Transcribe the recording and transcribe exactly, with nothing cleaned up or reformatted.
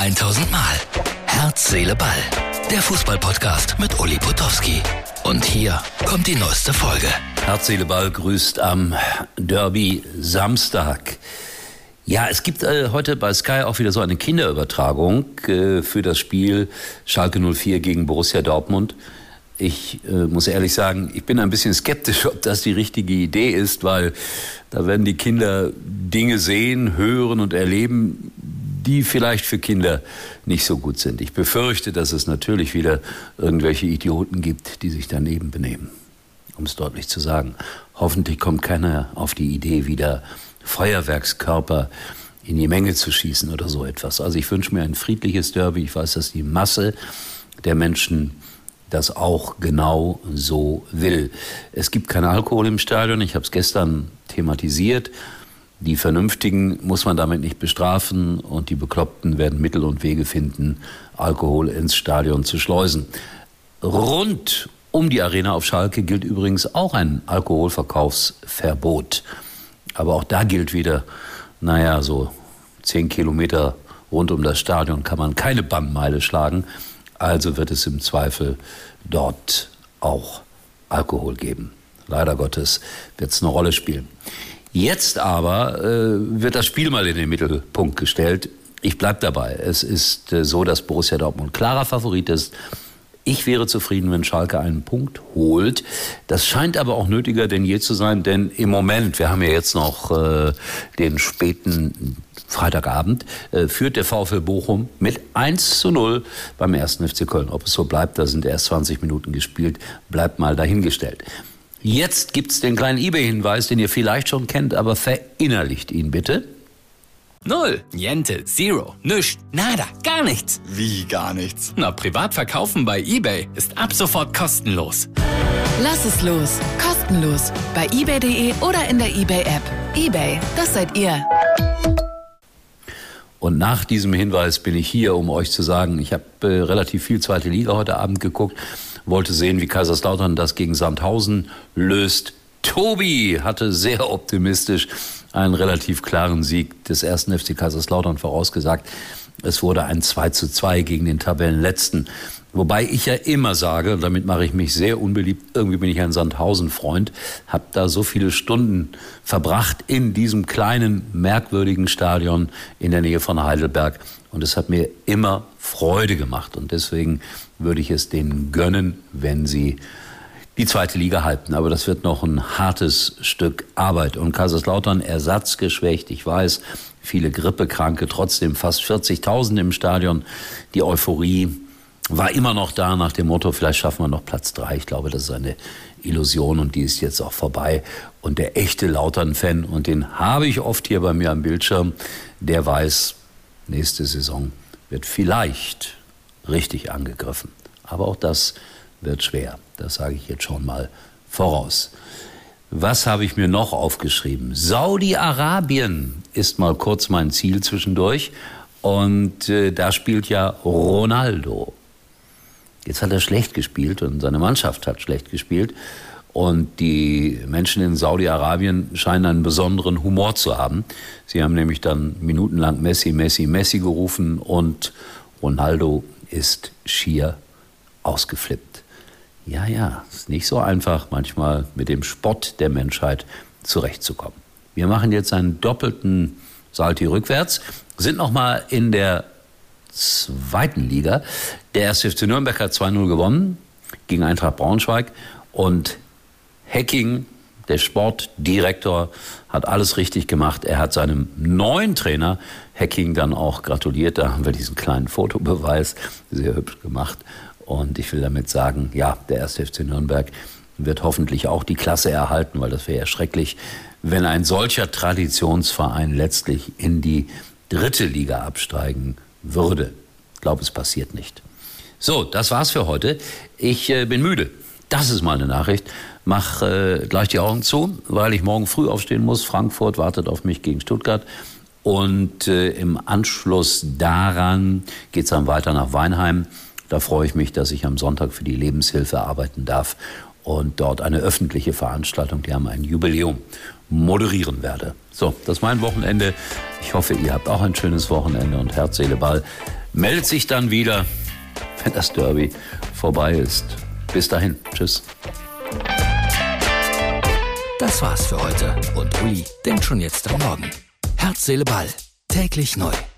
tausend Mal. Herz, Seele, Ball. Der Fußballpodcast mit Uli Potowski. Und hier kommt die neueste Folge. Herz, Seele, Ball grüßt am Derby Samstag. Ja, es gibt äh, heute bei Sky auch wieder so eine Kinderübertragung äh, für das Spiel Schalke null vier gegen Borussia Dortmund. Ich äh, muss ehrlich sagen, ich bin ein bisschen skeptisch, ob das die richtige Idee ist, weil da werden die Kinder Dinge sehen, hören und erleben, die vielleicht für Kinder nicht so gut sind. Ich befürchte, dass es natürlich wieder irgendwelche Idioten gibt, die sich daneben benehmen, um es deutlich zu sagen. Hoffentlich kommt keiner auf die Idee, wieder Feuerwerkskörper in die Menge zu schießen oder so etwas. Also ich wünsche mir ein friedliches Derby. Ich weiß, dass die Masse der Menschen das auch genau so will. Es gibt keinen Alkohol im Stadion. Ich habe es gestern thematisiert. Die Vernünftigen muss man damit nicht bestrafen und die Bekloppten werden Mittel und Wege finden, Alkohol ins Stadion zu schleusen. Rund um die Arena auf Schalke gilt übrigens auch ein Alkoholverkaufsverbot. Aber auch da gilt wieder, naja, so zehn Kilometer rund um das Stadion kann man keine Bannmeile schlagen. Also wird es im Zweifel dort auch Alkohol geben. Leider Gottes wird es eine Rolle spielen. Jetzt aber äh, wird das Spiel mal in den Mittelpunkt gestellt. Ich bleibe dabei. Es ist äh, so, dass Borussia Dortmund klarer Favorit ist. Ich wäre zufrieden, wenn Schalke einen Punkt holt. Das scheint aber auch nötiger denn je zu sein, denn im Moment, wir haben ja jetzt noch äh, den späten Freitagabend, äh, führt der VfL Bochum mit eins zu null beim ersten F C Köln. Ob es so bleibt, da sind erst zwanzig Minuten gespielt, bleibt mal dahingestellt. Jetzt gibt's den kleinen eBay-Hinweis, den ihr vielleicht schon kennt, aber verinnerlicht ihn bitte. Null, Niente, Zero, nüscht, nada, gar nichts. Wie gar nichts? Na, privat verkaufen bei eBay ist ab sofort kostenlos. Lass es los, kostenlos, bei ebay punkt de oder in der eBay-App. eBay, das seid ihr. Und nach diesem Hinweis bin ich hier, um euch zu sagen, ich habe äh, relativ viel zweite Liga heute Abend geguckt, wollte sehen, wie Kaiserslautern das gegen Sandhausen löst. Tobi hatte sehr optimistisch einen relativ klaren Sieg des ersten F C Kaiserslautern vorausgesagt. Es wurde ein zwei zu zwei gegen den Tabellenletzten. Wobei ich ja immer sage, und damit mache ich mich sehr unbeliebt, irgendwie bin ich ein Sandhausen-Freund, habe da so viele Stunden verbracht in diesem kleinen, merkwürdigen Stadion in der Nähe von Heidelberg. Und es hat mir immer Freude gemacht. Und deswegen würde ich es denen gönnen, wenn sie die zweite Liga halten. Aber das wird noch ein hartes Stück Arbeit. Und Kaiserslautern ersatzgeschwächt, ich weiß, viele Grippekranke, trotzdem fast vierzigtausend im Stadion. Die Euphorie war immer noch da nach dem Motto, vielleicht schaffen wir noch Platz drei. Ich glaube, das ist eine Illusion und die ist jetzt auch vorbei. Und der echte Lautern-Fan, und den habe ich oft hier bei mir am Bildschirm, der weiß, nächste Saison wird vielleicht richtig angegriffen. Aber auch das wird schwer. Das sage ich jetzt schon mal voraus. Was habe ich mir noch aufgeschrieben? Saudi-Arabien ist mal kurz mein Ziel zwischendurch. Und äh, da spielt ja Ronaldo. Jetzt hat er schlecht gespielt und seine Mannschaft hat schlecht gespielt. Und die Menschen in Saudi-Arabien scheinen einen besonderen Humor zu haben. Sie haben nämlich dann minutenlang Messi, Messi, Messi gerufen und Ronaldo ist schier ausgeflippt. Ja, ja, ist nicht so einfach, manchmal mit dem Spott der Menschheit zurechtzukommen. Wir machen jetzt einen doppelten Salti rückwärts, sind nochmal in der zweiten Liga. Der erste F C Nürnberg hat zwei null gewonnen gegen Eintracht Braunschweig und Hecking, der Sportdirektor, hat alles richtig gemacht. Er hat seinem neuen Trainer Hecking dann auch gratuliert. Da haben wir diesen kleinen Fotobeweis, sehr hübsch gemacht. Und ich will damit sagen, ja, der erste F C Nürnberg wird hoffentlich auch die Klasse erhalten, weil das wäre ja schrecklich, wenn ein solcher Traditionsverein letztlich in die dritte Liga absteigen würde. Ich glaube, es passiert nicht. So, das war's für heute. Ich äh, bin müde. Das ist mal eine Nachricht. Mach äh, gleich die Augen zu, weil ich morgen früh aufstehen muss. Frankfurt wartet auf mich gegen Stuttgart. Und äh, im Anschluss daran geht's dann weiter nach Weinheim. Da freue ich mich, dass ich am Sonntag für die Lebenshilfe arbeiten darf und dort eine öffentliche Veranstaltung, die haben ein Jubiläum, moderieren werde. So, das ist mein Wochenende. Ich hoffe, ihr habt auch ein schönes Wochenende und Herz, Seele, Ball meldet sich dann wieder, wenn das Derby vorbei ist. Bis dahin. Tschüss. Das war's für heute. Und Uli denkt schon jetzt am Morgen. Herz, Seele, Ball. Täglich neu.